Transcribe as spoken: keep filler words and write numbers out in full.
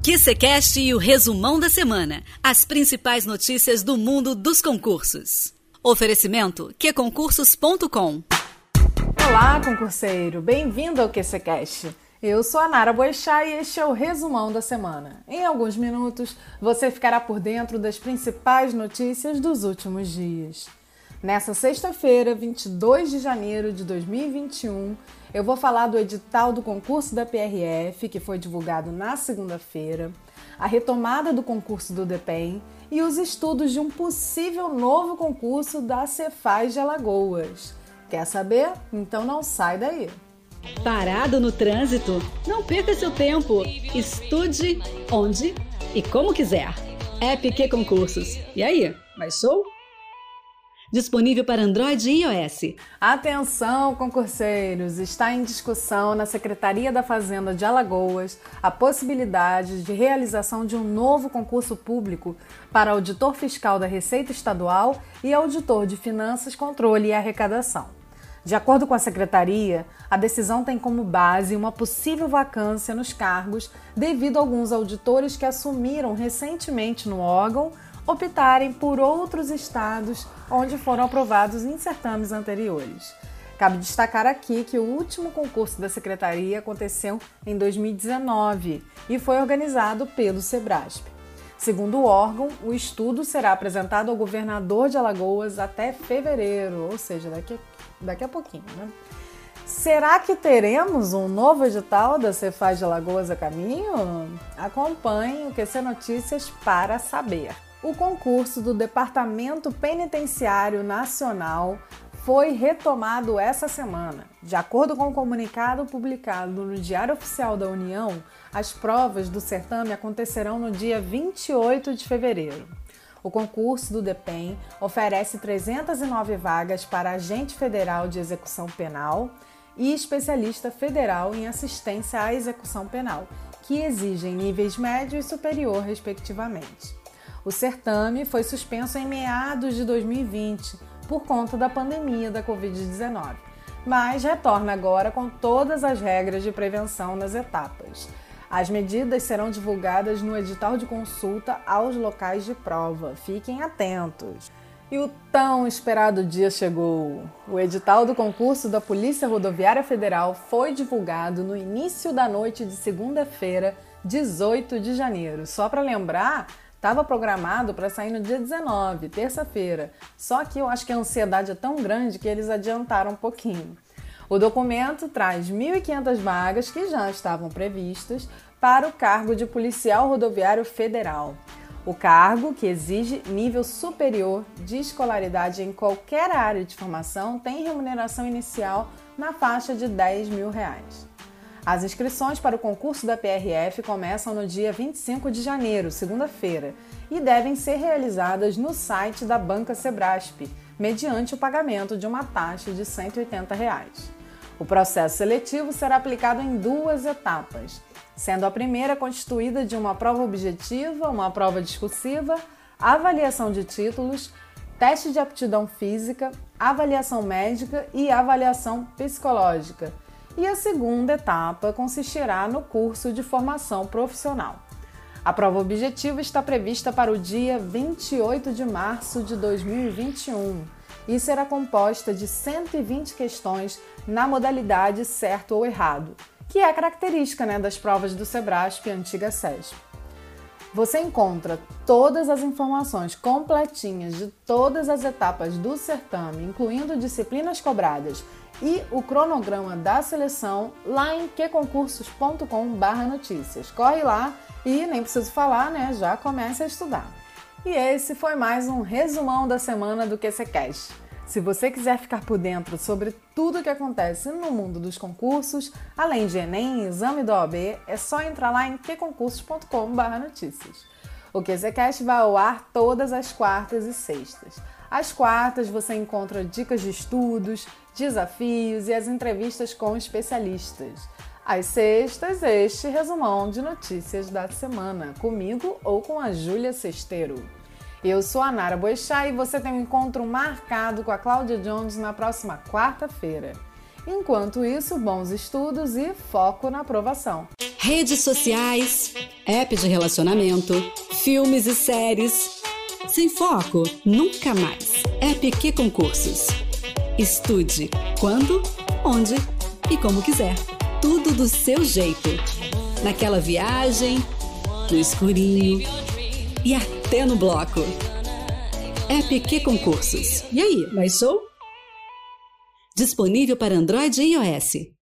QCCast e o resumão da semana. As principais notícias do mundo dos concursos. Oferecimento q concursos ponto com. Olá, concurseiro! Bem-vindo ao QCCast. Eu sou a Nara Boechat e este é o resumão da semana. Em alguns minutos, você ficará por dentro das principais notícias dos últimos dias. Nessa sexta-feira, vinte e dois de janeiro de dois mil e vinte e um, eu vou falar do edital do concurso da P R F, que foi divulgado na segunda-feira, a retomada do concurso do DEPEN e os estudos de um possível novo concurso da Cefaz de Alagoas. Quer saber? Então não sai daí! Parado no trânsito? Não perca seu tempo. Estude onde e como quiser. App Q Concursos. E aí, mais show? Disponível para Android e iOS. Atenção, concurseiros! Está em discussão na Secretaria da Fazenda de Alagoas a possibilidade de realização de um novo concurso público para auditor fiscal da Receita Estadual e auditor de Finanças, Controle e Arrecadação. De acordo com a Secretaria, a decisão tem como base uma possível vacância nos cargos devido a alguns auditores que assumiram recentemente no órgão optarem por outros estados onde foram aprovados em certames anteriores. Cabe destacar aqui que o último concurso da Secretaria aconteceu em dois mil e dezenove e foi organizado pelo Sebrasp. Segundo o órgão, o estudo será apresentado ao governador de Alagoas até fevereiro, ou seja, daqui, daqui a pouquinho, né? Será que teremos um novo edital da Cefaz de Alagoas a caminho? Acompanhe o Q C Notícias para saber. O concurso do Departamento Penitenciário Nacional foi retomado essa semana. De acordo com o comunicado publicado no Diário Oficial da União, as provas do certame acontecerão no dia vinte e oito de fevereiro. O concurso do DEPEN oferece trezentas e nove vagas para agente federal de execução penal e especialista federal em assistência à execução penal, que exigem níveis médio e superior, respectivamente. O certame foi suspenso em meados de dois mil e vinte por conta da pandemia da covid dezenove, mas retorna agora com todas as regras de prevenção nas etapas. As medidas serão divulgadas no edital de consulta aos locais de prova. Fiquem atentos! E o tão esperado dia chegou. O edital do concurso da Polícia Rodoviária Federal foi divulgado no início da noite de segunda-feira, dezoito de janeiro. Só para lembrar, estava programado para sair no dia dezenove, terça-feira. Só que eu acho que a ansiedade é tão grande que eles adiantaram um pouquinho. O documento traz mil e quinhentas vagas que já estavam previstas para o cargo de policial rodoviário federal. O cargo, que exige nível superior de escolaridade em qualquer área de formação, tem remuneração inicial na faixa de dez mil reais. As inscrições para o concurso da P R F começam no dia vinte e cinco de janeiro, segunda-feira, e devem ser realizadas no site da Banca Sebrasp, mediante o pagamento de uma taxa de cento e oitenta reais. O processo seletivo será aplicado em duas etapas, sendo a primeira constituída de uma prova objetiva, uma prova discursiva, avaliação de títulos, teste de aptidão física, avaliação médica e avaliação psicológica. E a segunda etapa consistirá no curso de formação profissional. A prova objetiva está prevista para o dia vinte e oito de março de dois mil e vinte e um e será composta de cento e vinte questões na modalidade certo ou errado, que é característica, né, das provas do Sebrasp e antiga SESP. Você encontra todas as informações completinhas de todas as etapas do certame, incluindo disciplinas cobradas e o cronograma da seleção lá em q concursos ponto com barra notícias. Corre lá e, nem preciso falar, né? Já comece a estudar. E esse foi mais um resumão da semana do QCCast. Se você quiser ficar por dentro sobre tudo o que acontece no mundo dos concursos, além de Enem e exame da O A B, é só entrar lá em q concursos ponto com barra notícias. O QCCast vai ao ar todas as quartas e sextas. Às quartas você encontra dicas de estudos, desafios e as entrevistas com especialistas. Às sextas, este resumão de notícias da semana, comigo ou com a Júlia Sesteiro. Eu sou a Nara Boechat e você tem um encontro marcado com a Cláudia Jones na próxima quarta-feira. Enquanto isso, bons estudos e foco na aprovação! redes sociais, app de relacionamento, filmes e séries. Sem foco, nunca mais. É P Q Concursos. Estude quando, onde e como quiser. Tudo do seu jeito. Naquela viagem, no escurinho e até no bloco. É P Q Concursos. E aí, baixou? Disponível para Android e iOS.